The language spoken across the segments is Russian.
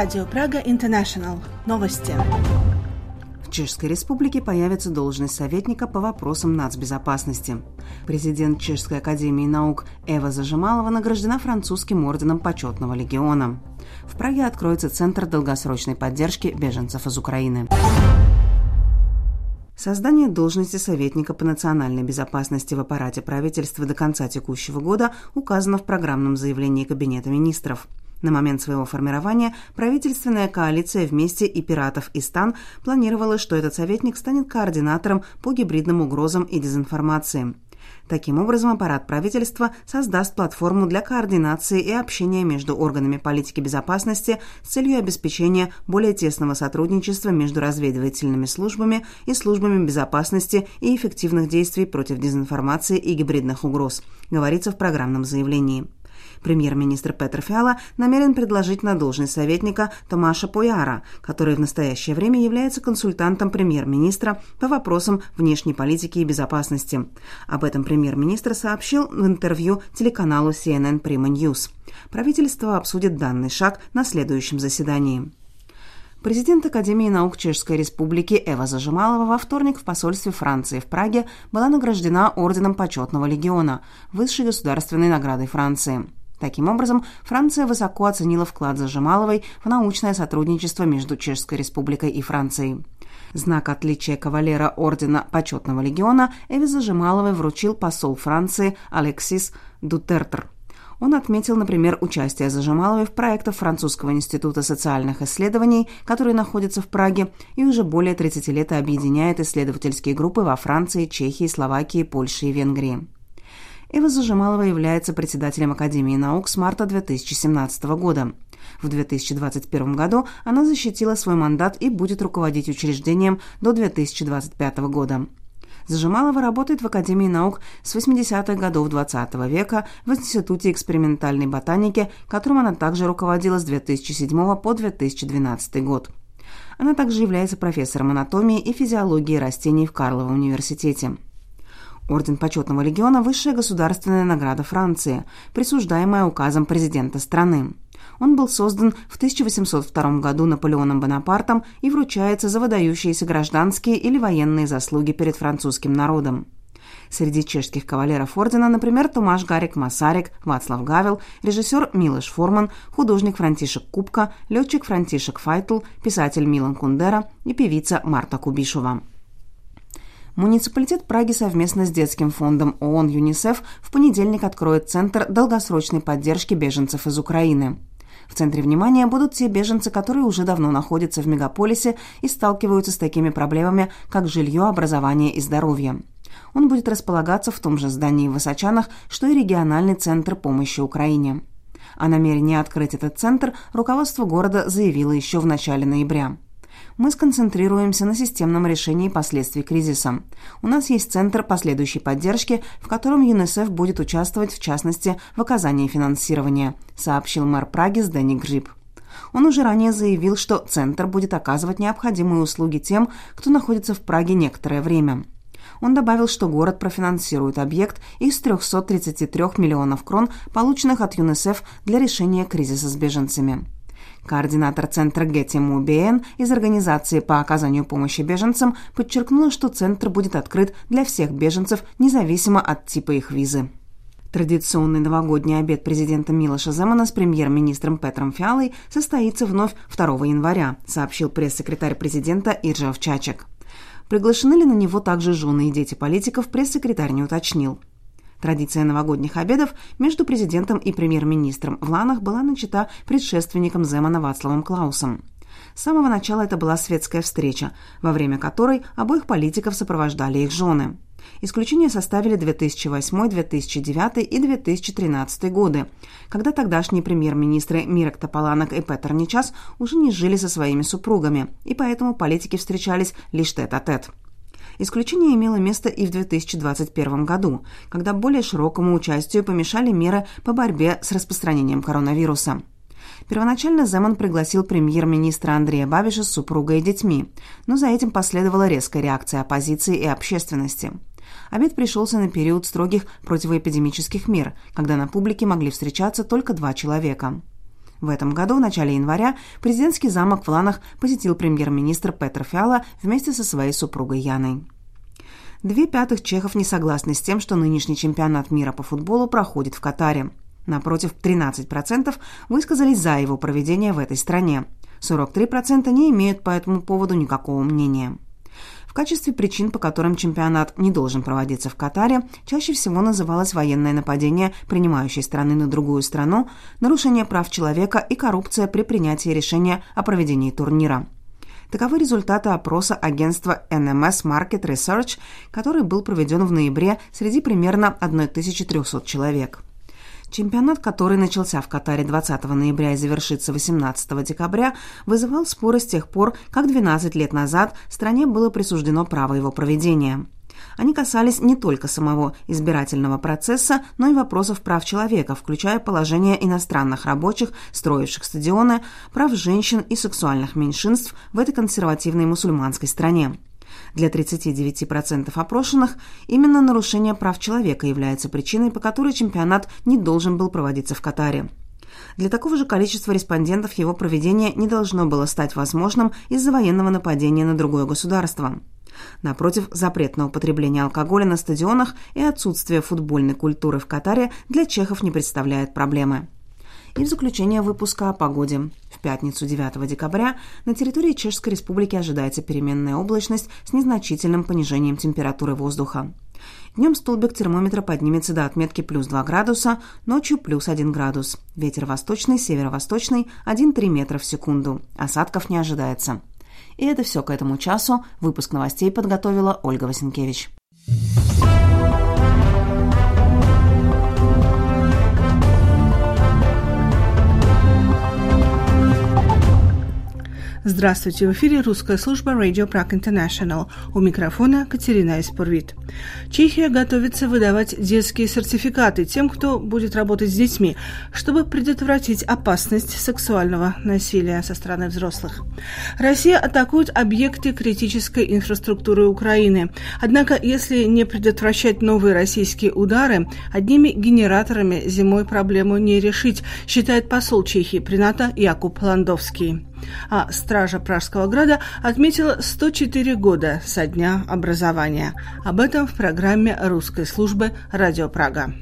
Радио Прага Интернешнл. Новости. В Чешской Республике появится должность советника по вопросам нацбезопасности. Президент Чешской академии наук Эва Зажималова награждена французским орденом Почетного легиона. В Праге откроется Центр долгосрочной поддержки беженцев из Украины. Создание должности советника по национальной безопасности в аппарате правительства до конца текущего года указано в программном заявлении Кабинета министров. На момент своего формирования правительственная коалиция «Вместе» и «Пиратов» и «Стан» планировала, что этот советник станет координатором по гибридным угрозам и дезинформации. Таким образом, аппарат правительства создаст платформу для координации и общения между органами политики безопасности с целью обеспечения более тесного сотрудничества между разведывательными службами и службами безопасности и эффективных действий против дезинформации и гибридных угроз, говорится в программном заявлении. Премьер-министр Петър Фиала намерен предложить на должность советника Томаша Пояра, который в настоящее время является консультантом премьер-министра по вопросам внешней политики и безопасности. Об этом премьер-министр сообщил в интервью телеканалу CNN Prima News. Правительство обсудит данный шаг на следующем заседании. Президент Академии наук Чешской Республики Эва Зажималова во вторник в посольстве Франции в Праге была награждена орденом Почетного легиона, высшей государственной наградой Франции. Таким образом, Франция высоко оценила вклад Зажималовой в научное сотрудничество между Чешской Республикой и Францией. Знак отличия кавалера ордена Почетного легиона Эве Зажималовой вручил посол Франции Алексис Дутертер. Он отметил, например, участие Зажималовой в проектах Французского института социальных исследований, который находится в Праге и уже более 30 лет объединяет исследовательские группы во Франции, Чехии, Словакии, Польше и Венгрии. Эва Зажималова является председателем Академии наук с марта 2017 года. В 2021 году она защитила свой мандат и будет руководить учреждением до 2025 года. Зажималова работает в Академии наук с 80-х годов XX века в Институте экспериментальной ботаники, которым она также руководила с 2007 по 2012 год. Она также является профессором анатомии и физиологии растений в Карловом университете. Орден Почетного легиона – высшая государственная награда Франции, присуждаемая указом президента страны. Он был создан в 1802 году Наполеоном Бонапартом и вручается за выдающиеся гражданские или военные заслуги перед французским народом. Среди чешских кавалеров ордена, например, Томаш Гарик Масарик, Václav Гавел, режиссер Милош Форман, художник Франтишек Купка, летчик Франтишек Файтл, писатель Милан Кундера и певица Марта Кубишова. Муниципалитет Праги совместно с детским фондом ООН ЮНИСЕФ в понедельник откроет Центр долгосрочной поддержки беженцев из Украины. В центре внимания будут те беженцы, которые уже давно находятся в мегаполисе и сталкиваются с такими проблемами, как жилье, образование и здоровье. Он будет располагаться в том же здании в Высочанах, что и региональный центр помощи Украине. О намерении открыть этот центр руководство города заявило еще в начале ноября. Мы сконцентрируемся на системном решении последствий кризиса. У нас есть центр последующей поддержки, в котором ЮНИСЕФ будет участвовать, в частности, в оказании финансирования, сообщил мэр Праги Зdeněk Grip. Он уже ранее заявил, что центр будет оказывать необходимые услуги тем, кто находится в Праге некоторое время. Он добавил, что город профинансирует объект из 333 миллионов крон, полученных от ЮНИСЕФ для решения кризиса с беженцами. Координатор центра Гети Мубиен из Организации по оказанию помощи беженцам подчеркнула, что центр будет открыт для всех беженцев, независимо от типа их визы. Традиционный новогодний обед президента Милоша Земана с премьер-министром Петром Фиалой состоится вновь 2 января, сообщил пресс-секретарь президента Иржев Чачек. Приглашены ли на него также жены и дети политиков, пресс-секретарь не уточнил. Традиция новогодних обедов между президентом и премьер-министром в Ланах была начата предшественником Земана Вацлавом Клаусом. С самого начала это была светская встреча, во время которой обоих политиков сопровождали их жены. Исключение составили 2008, 2009 и 2013 годы, когда тогдашние премьер-министры Мирек Тополанек и Петър Нечас уже не жили со своими супругами, и поэтому политики встречались лишь тет-а-тет. Исключение имело место и в 2021 году, когда более широкому участию помешали меры по борьбе с распространением коронавируса. Первоначально Земан пригласил премьер-министра Андрея Бабиша с супругой и детьми, но за этим последовала резкая реакция оппозиции и общественности. Обед пришелся на период строгих противоэпидемических мер, когда на публике могли встречаться только 2 человека. В этом году, в начале января, президентский замок в Ланах посетил премьер-министр Петр Фиала вместе со своей супругой Яной. 2/5 чехов не согласны с тем, что нынешний чемпионат мира по футболу проходит в Катаре. Напротив, 13% высказались за его проведение в этой стране. 43% не имеют по этому поводу никакого мнения. В качестве причин, по которым чемпионат не должен проводиться в Катаре, чаще всего называлось военное нападение принимающей страны на другую страну, нарушение прав человека и коррупция при принятии решения о проведении турнира. Таковы результаты опроса агентства NMS Market Research, который был проведен в ноябре среди примерно 1300 человек. Чемпионат, который начался в Катаре 20 ноября и завершится 18 декабря, вызывал споры с тех пор, как 12 лет назад стране было присуждено право его проведения. Они касались не только самого избирательного процесса, но и вопросов прав человека, включая положение иностранных рабочих, строивших стадионы, прав женщин и сексуальных меньшинств в этой консервативной мусульманской стране. Для 39% опрошенных именно нарушение прав человека является причиной, по которой чемпионат не должен был проводиться в Катаре. Для такого же количества респондентов его проведение не должно было стать возможным из-за военного нападения на другое государство. Напротив, запрет на употребление алкоголя на стадионах и отсутствие футбольной культуры в Катаре для чехов не представляет проблемы. И в заключение выпуска о погоде. В пятницу 9 декабря на территории Чешской Республики ожидается переменная облачность с незначительным понижением температуры воздуха. Днем столбик термометра поднимется до отметки плюс 2 градуса, ночью плюс 1 градус. Ветер восточный, северо-восточный 1,3 метра в секунду. Осадков не ожидается. И это все к этому часу. Выпуск новостей подготовила Ольга Васенкевич. Здравствуйте, в эфире русская служба Radio Prague International. У микрофона Катерина Испурвит. Чехия готовится выдавать детские сертификаты тем, кто будет работать с детьми, чтобы предотвратить опасность сексуального насилия со стороны взрослых. Россия атакует объекты критической инфраструктуры Украины. Однако, если не предотвращать новые российские удары, одними генераторами зимой проблему не решить, считает посол Чехии при НАТО Якуб Ландовский. А Стража Пражского града отметила 104 года со дня образования. Об этом в программе русской службы «Радио Прага».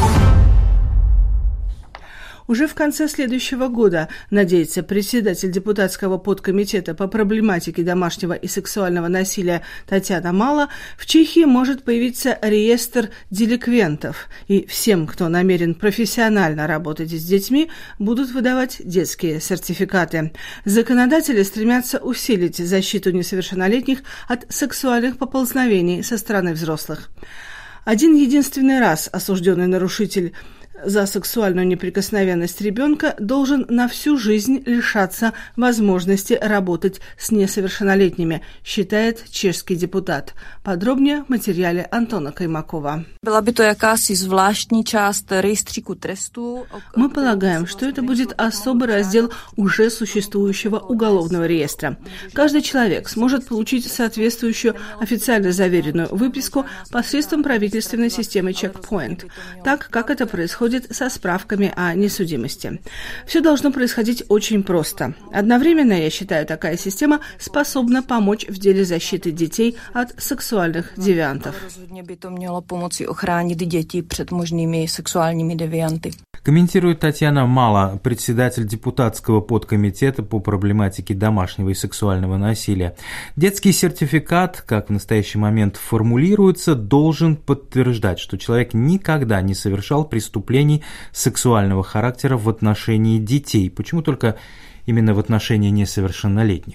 Уже в конце следующего года, надеется председатель депутатского подкомитета по проблематике домашнего и сексуального насилия Татьяна Мала, в Чехии может появиться реестр деликвентов, и всем, кто намерен профессионально работать с детьми, будут выдавать детские сертификаты. Законодатели стремятся усилить защиту несовершеннолетних от сексуальных поползновений со стороны взрослых. Один единственный раз осужденный нарушитель за сексуальную неприкосновенность ребенка должен на всю жизнь лишаться возможности работать с несовершеннолетними, считает чешский депутат. Подробнее в материале Антона Каймакова. Была бы то якась zvláštní часть рейстрику тресту. Мы полагаем, что это будет особый раздел уже существующего уголовного реестра. Каждый человек сможет получить соответствующую официально заверенную выписку посредством правительственной системы Checkpoint, так как это происходит со справками о несудимости. Все должно происходить очень просто. Одновременно, я считаю, такая система способна помочь в деле защиты детей от сексуальных девиантов. Rozhodně by to mělo pomoci ochránit děti před možnými sexuálními devianty. Комментирует Татьяна Мала, председатель депутатского подкомитета по проблематике домашнего и сексуального насилия. Детский сертификат, как в настоящий момент формулируется, должен подтверждать, что человек никогда не совершал преступлений сексуального характера в отношении детей. Почему только именно в отношении несовершеннолетних?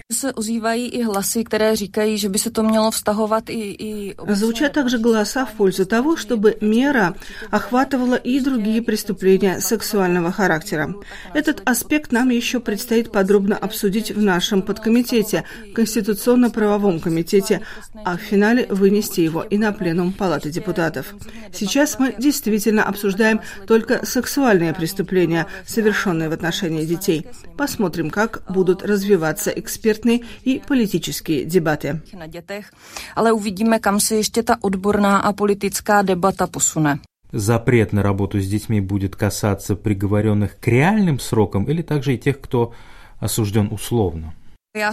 Звучат также голоса в пользу того, чтобы мера охватывала и другие преступления сексуального характера. Этот аспект нам еще предстоит подробно обсудить в нашем подкомитете, Конституционно-правовом комитете, а в финале вынести его и на пленум Палаты депутатов. Сейчас мы действительно обсуждаем только сексуальные преступления, совершенные в отношении детей. Посмотрим, как будут развиваться экспертные и политические дебаты. Ale uvidíme, kam se ještě ta odborná a politická debata posune. Запрет на работу с детьми будет касаться приговоренных к реальным срокам или также и тех, кто осужден условно? Я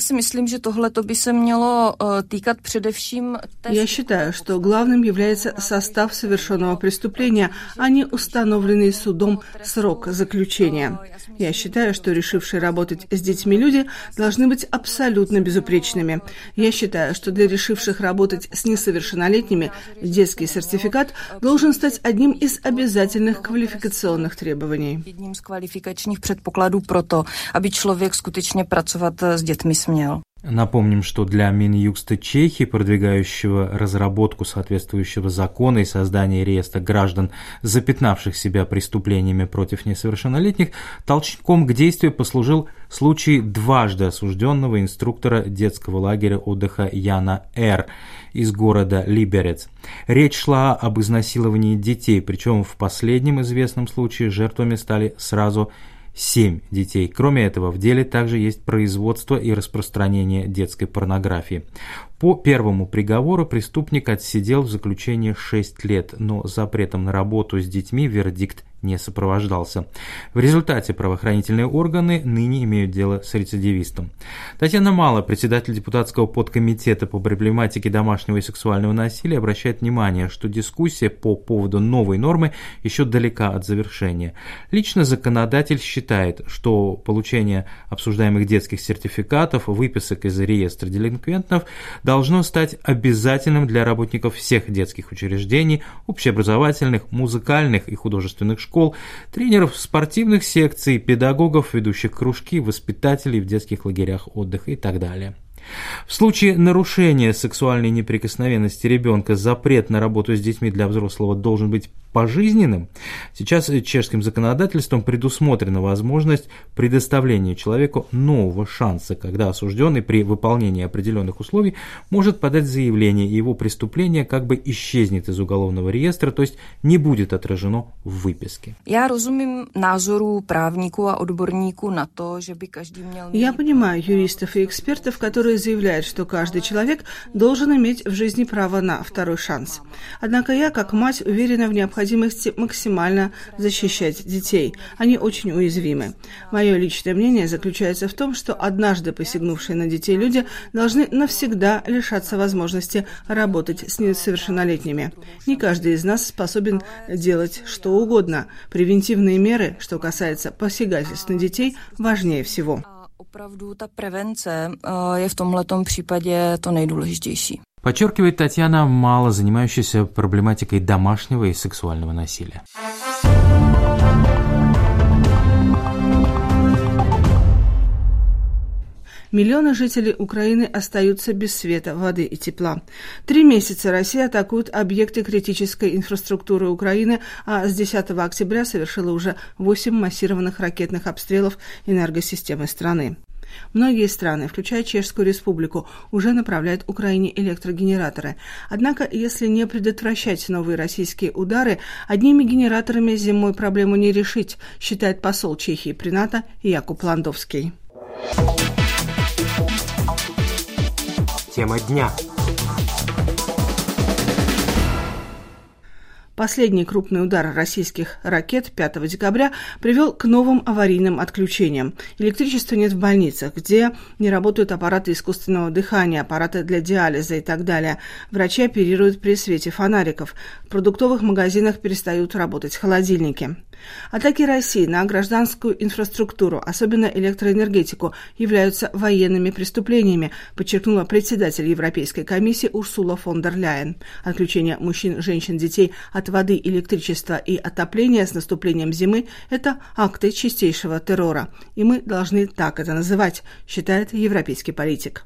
считаю, что главным является состав совершенного преступления, а не установленный судом срок заключения. Я считаю, что решившие работать с детьми люди должны быть абсолютно безупречными. Я считаю, что для решивших работать с несовершеннолетними детский сертификат должен стать одним из обязательных квалификационных требований. Jedním z kvalifikačních předpokladů pro to, aby člověk skutečně pracovat s dětmi směl. Напомним, что для Минюста Чехии, продвигающего разработку соответствующего закона и создание реестра граждан, запятнавших себя преступлениями против несовершеннолетних, толчком к действию послужил случай дважды осужденного инструктора детского лагеря отдыха Яна Р. из города Либерец. Речь шла об изнасиловании детей, причем в последнем известном случае жертвами стали сразу 7 детей. Кроме этого, в деле также есть производство и распространение детской порнографии. По первому приговору преступник отсидел в заключении 6 лет, но запретом на работу с детьми вердикт не сопровождался. В результате правоохранительные органы ныне имеют дело с рецидивистом. Татьяна Мала, председатель депутатского подкомитета по проблематике домашнего и сексуального насилия, обращает внимание, что дискуссия по поводу новой нормы еще далека от завершения. Лично законодатель считает, что получение обсуждаемых детских сертификатов, выписок из реестра делинквентов должно стать обязательным для работников всех детских учреждений, общеобразовательных, музыкальных и художественных школ, тренеров спортивных секций, педагогов, ведущих кружки, воспитателей в детских лагерях отдыха и так далее. В случае нарушения сексуальной неприкосновенности ребенка запрет на работу с детьми для взрослого должен быть пожизненным. Сейчас чешским законодательством предусмотрена возможность предоставления человеку нового шанса, когда осужденный при выполнении определенных условий может подать заявление, и его преступление как бы исчезнет из уголовного реестра, то есть не будет отражено в выписке. Я разумím názoru právníků a odborníků na to, že by každý měl mít... Я понимаю юристов и экспертов, которые заявляют, что каждый человек должен иметь в жизни право на второй шанс. Однако я, как мать, уверена в необходимости максимально защищать детей. Они очень уязвимы. Мое личное мнение заключается в том, что однажды посягнувшие на детей люди должны навсегда лишаться возможности работать с несовершеннолетними. Не каждый из нас способен делать что угодно. Превентивные меры, что касается посягательств на детей, важнее всего. Opravdu ta prevence je v tomhletom případě to nejdůležitější. Подчеркивает Татьяна Мала, занимающаяся проблематикой домашнего и сексуального насилия. Миллионы жителей Украины остаются без света, воды и тепла. 3 месяца Россия атакует объекты критической инфраструктуры Украины, а с 10 октября совершила уже 8 массированных ракетных обстрелов энергосистемы страны. Многие страны, включая Чешскую Республику, уже направляют Украине электрогенераторы. Однако, если не предотвращать новые российские удары, одними генераторами зимой проблему не решить, считает посол Чехии при НАТО Якуб Ландовский. Тема дня. Последний крупный удар российских ракет 5 декабря привел к новым аварийным отключениям. Электричества нет в больницах, где не работают аппараты искусственного дыхания, аппараты для диализа и так далее. Врачи оперируют при свете фонариков. В продуктовых магазинах перестают работать холодильники. Атаки России на гражданскую инфраструктуру, особенно электроэнергетику, являются военными преступлениями, подчеркнула председатель Европейской комиссии Урсула фон дер Ляйен. Отключение мужчин, женщин, детей от воды, электричества и отопления с наступлением зимы – это акты чистейшего террора. И мы должны так это называть, считает европейский политик.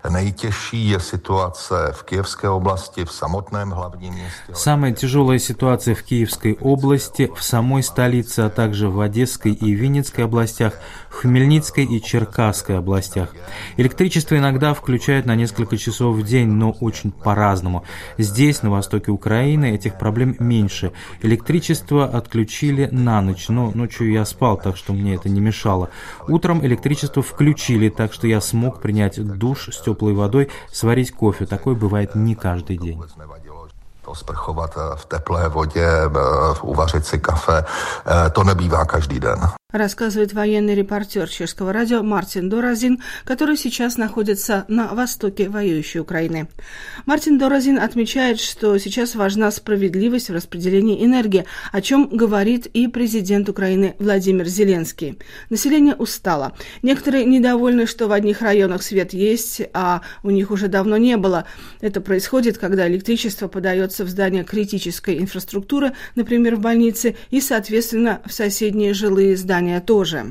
Самая тяжелая ситуация в Киевской области, в самой столице, а также в Одесской и Винницкой областях, в Хмельницкой и Черкасской областях. Электричество иногда включают на несколько часов в день, но очень по-разному. Здесь, на востоке Украины, этих проблем меньше. Электричество отключили на ночь, но ночью я спал, так что мне это не мешало. Утром электричество включили, так что я смог принять душ с теплой водой, сварить кофе. Такое бывает не каждый день. Sprchovat v teplé vodě, uvařit si kafe, to nebývá každý den. Рассказывает военный репортер Чешского радио Мартин Доразин, который сейчас находится на востоке воюющей Украины. Мартин Доразин отмечает, что сейчас важна справедливость в распределении энергии, о чем говорит и президент Украины Владимир Зеленский. Население устало. Некоторые недовольны, что в одних районах свет есть, а у них уже давно не было. Это происходит, когда электричество подается в здания критической инфраструктуры, например, в больнице, и, соответственно, в соседние жилые здания тоже.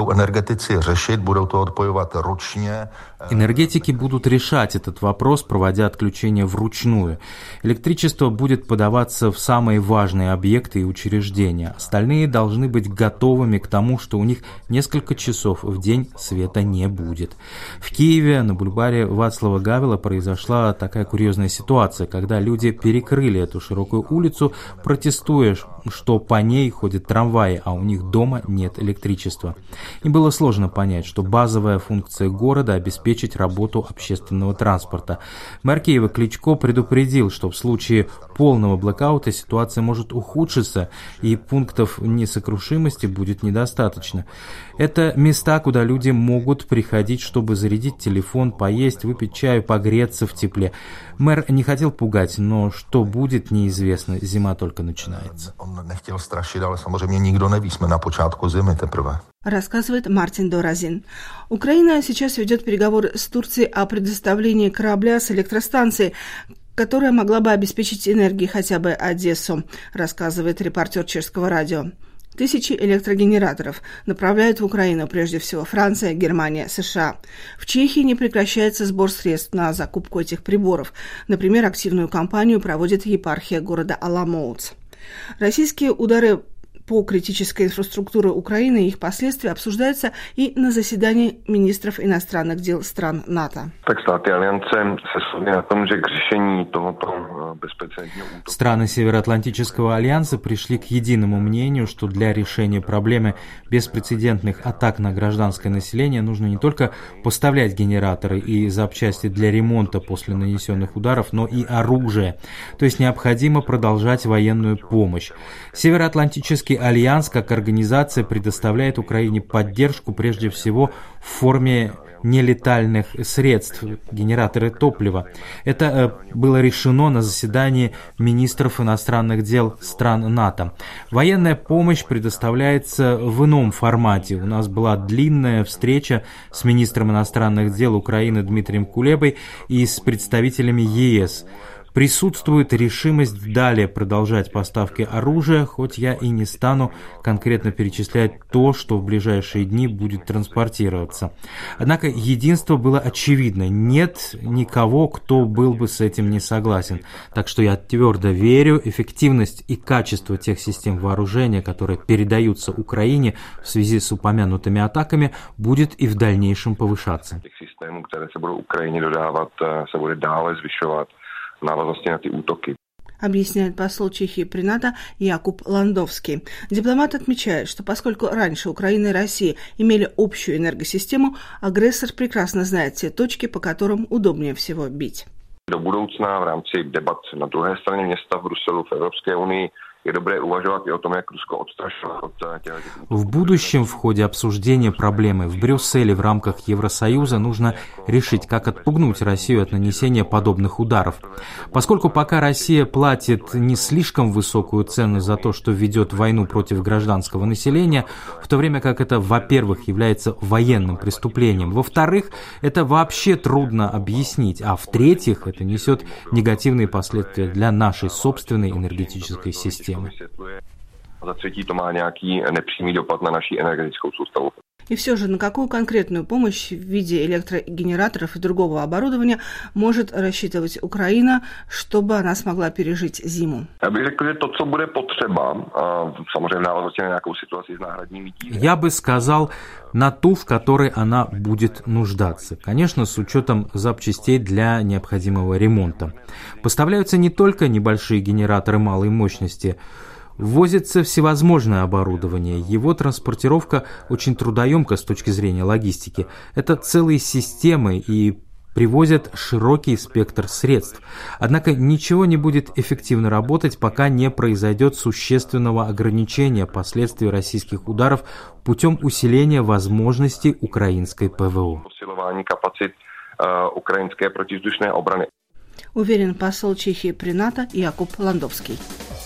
Энергетики будут решать этот вопрос, проводя отключение вручную. Электричество будет подаваться в самые важные объекты и учреждения. Остальные должны быть готовыми к тому, что у них несколько часов в день света не будет. В Киеве на бульваре Вацлава Гавела произошла такая курьезная ситуация, когда люди перекрыли эту широкую улицу, протестуя, что по ней ходят трамваи, а у них дома нет электричества. Им было сложно понять, что базовая функция города – обеспечить работу общественного транспорта. Мэр Киева Кличко предупредил, что в случае полного блэкаута ситуация может ухудшиться и пунктов несокрушимости будет недостаточно. Это места, куда люди могут приходить, чтобы зарядить телефон, поесть, выпить чаю, погреться в тепле. Мэр не хотел пугать, но что будет, неизвестно. Зима только начинается. Он не хотел страшить, ale samozřejmě nikdo neví, jsme na počátku zimy teprve. Рассказывает Мартин Доразин. Украина сейчас ведет переговоры с Турцией о предоставлении корабля с электростанцией, которая могла бы обеспечить энергией хотя бы Одессу, рассказывает репортер Чешского радио. 1000 электрогенераторов направляют в Украину, прежде всего Франция, Германия, США. В Чехии не прекращается сбор средств на закупку этих приборов. Например, активную кампанию проводит епархия города Аламоутс. Российские удары по критической инфраструктуре Украины и их последствия обсуждаются и на заседании министров иностранных дел стран НАТО. Страны Североатлантического альянса пришли к единому мнению, что для решения проблемы беспрецедентных атак на гражданское население нужно не только поставлять генераторы и запчасти для ремонта после нанесенных ударов, но и оружие. То есть необходимо продолжать военную помощь. Североатлантический альянс как организация предоставляет Украине поддержку прежде всего в форме нелетальных средств, генераторы топлива. Это было решено на заседании министров иностранных дел стран НАТО. Военная помощь предоставляется в ином формате. У нас была длинная встреча с министром иностранных дел Украины Дмитрием Кулебой и с представителями ЕС. Присутствует решимость далее продолжать поставки оружия, хоть я и не стану конкретно перечислять то, что в ближайшие дни будет транспортироваться. Однако единство было очевидно. Нет никого, кто был бы с этим не согласен. Так что я твердо верю, эффективность и качество тех систем вооружения, которые передаются Украине в связи с упомянутыми атаками, будет и в дальнейшем повышаться. Объясняет посол Чехии при НАТО Якуб Ландовский. Дипломат отмечает, что поскольку раньше Украина и Россия имели общую энергосистему, агрессор прекрасно знает те точки, по которым удобнее всего бить. Do budoucna v rámci debat na druhé straně města v Bruselu v Evropské unii je dobré uvažovat i o tom, jak Rusko odstrašilo od těch. В будущем в ходе обсуждения проблемы в Брюсселе в рамках Евросоюза нужно решить, как отпугнуть Россию от нанесения подобных ударов. Поскольку пока Россия платит не слишком высокую цену за то, что ведет войну против гражданского населения, в то время как это, во-первых, является военным преступлением, во-вторых, это вообще трудно объяснить, а в-третьих, это несет негативные последствия для нашей собственной энергетической системы. За třetí to má nějaký nepřímý dopad na naší energetickou soustavu. И все же, на какую конкретную помощь в виде электрогенераторов и другого оборудования может рассчитывать Украина, чтобы она смогла пережить зиму? Já bych řekl, že to, co bude potřeba, samozřejmě návaznosti na nějakou situaci s náhradními díly. Я бы сказал, на ту, в которой она будет нуждаться. Конечно, с учетом запчастей для необходимого ремонта. Поставляются не только небольшие генераторы малой мощности, ввозится всевозможное оборудование. Его транспортировка очень трудоемка с точки зрения логистики. Это целые системы, и привозят широкий спектр средств. Однако ничего не будет эффективно работать, пока не произойдет существенного ограничения последствий российских ударов путем усиления возможностей украинской ПВО. Украинской противовздушной обороны. Уверен посол Чехии при НАТО Якуб Ландовский.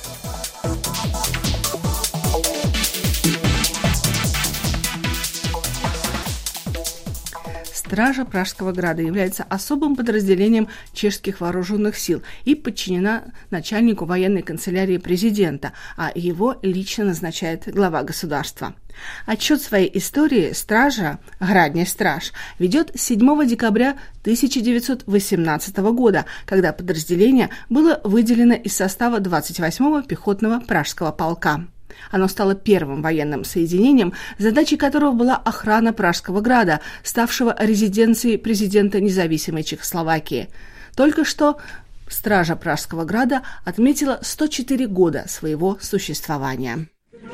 Стража Пражского града является особым подразделением чешских вооруженных сил и подчинена начальнику военной канцелярии президента, а его лично назначает глава государства. Отчет своей истории стража, Градний страж, ведет 7 декабря 1918 года, когда подразделение было выделено из состава 28-го пехотного Пражского полка. Оно стало первым военным соединением, задачей которого была охрана Пражского града, ставшего резиденцией президента независимой Чехословакии. Только что стража Пражского града отметила 104 года своего существования.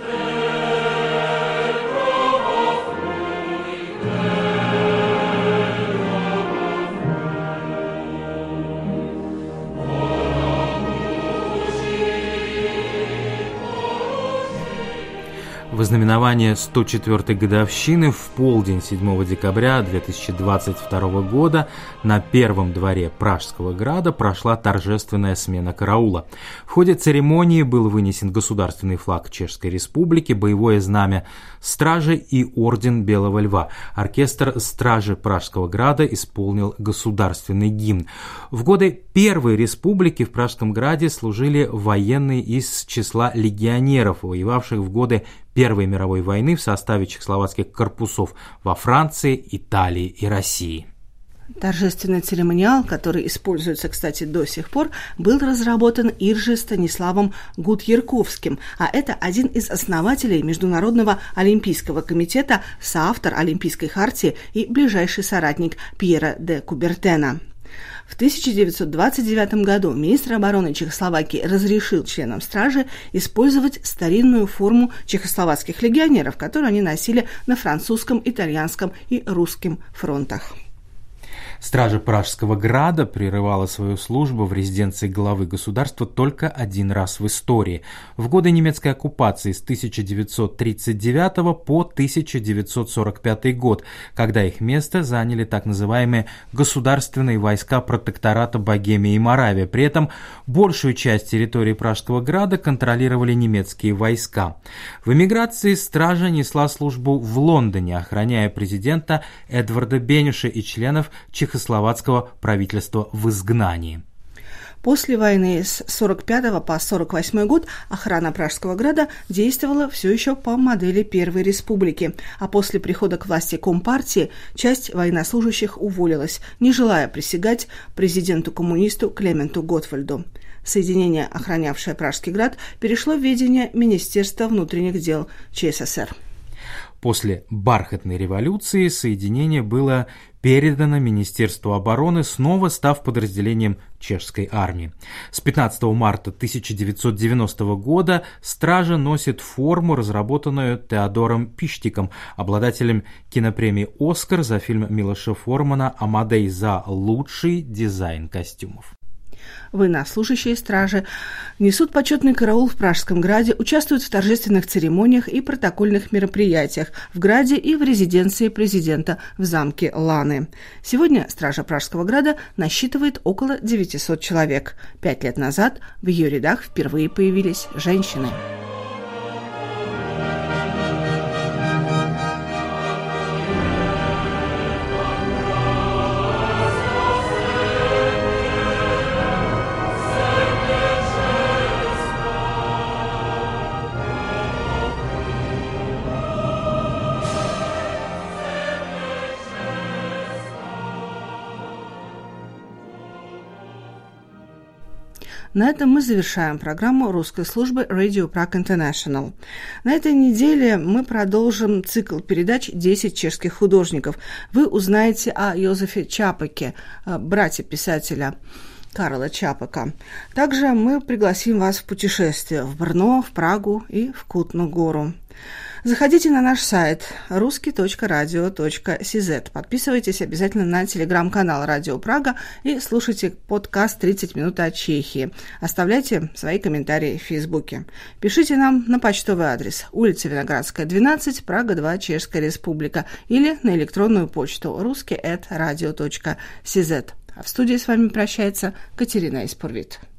В ознаменование 104-й годовщины в полдень 7 декабря 2022 года на первом дворе Пражского града прошла торжественная смена караула. В ходе церемонии был вынесен государственный флаг Чешской Республики, боевое знамя стражи и орден Белого Льва. Оркестр стражи Пражского града исполнил государственный гимн. В годы Первой Республики в Пражском граде служили военные из числа легионеров, воевавших в годы Первой мировой войны в составе чехословацких корпусов во Франции, Италии и России. Торжественный церемониал, который используется, кстати, до сих пор, был разработан Иржи Станиславом Гутьерковским, а это один из основателей Международного олимпийского комитета, соавтор Олимпийской хартии и ближайший соратник Пьера де Кубертена. В 1929 году министр обороны Чехословакии разрешил членам стражи использовать старинную форму чехословацких легионеров, которую они носили на французском, итальянском и русском фронтах. Стража Пражского града прерывала свою службу в резиденции главы государства только один раз в истории. В годы немецкой оккупации с 1939 по 1945 год, когда их место заняли так называемые государственные войска протектората Богемия и Моравия. При этом большую часть территории Пражского града контролировали немецкие войска. В эмиграции стража несла службу в Лондоне, охраняя президента Эдварда Бенюша и членов чехословацкого правительства в изгнании. После войны с 1945 по 1948 год охрана Пражского града действовала все еще по модели Первой Республики, а после прихода к власти Компартии часть военнослужащих уволилась, не желая присягать президенту-коммунисту Клементу Готвальду. Соединение, охранявшее Пражский град, перешло в ведение Министерства внутренних дел ЧССР. После Бархатной революции соединение было передано Министерству обороны, снова став подразделением чешской армии. С 15 марта 1990 года стража носит форму, разработанную Теодором Пиштиком, обладателем кинопремии «Оскар» за фильм Милоша Формана «Амадей» за лучший дизайн костюмов. Военнослужащие стражи несут почетный караул в Пражском граде, участвуют в торжественных церемониях и протокольных мероприятиях в граде и в резиденции президента в замке Ланы. Сегодня стража Пражского града насчитывает около 900 человек. 5 лет назад в ее рядах впервые появились женщины. На этом мы завершаем программу русской службы Radio Prague International. На этой неделе мы продолжим цикл передач «10 чешских художников». Вы узнаете о Йозефе Чапеке, брате писателя Карла Чапека. Также мы пригласим вас в путешествие в Брно, в Прагу и в Кутну Гору. Заходите на наш сайт ruski.radio.cz. Подписывайтесь обязательно на телеграм-канал Радио Прага и слушайте подкаст «30 минут от Чехии». Оставляйте свои комментарии в Фейсбуке. Пишите нам на почтовый адрес: улица Виноградская, 12, Прага 2, Чешская Республика, или на электронную почту ruski@radio.cz. А в студии с вами прощается Катерина Испурвит.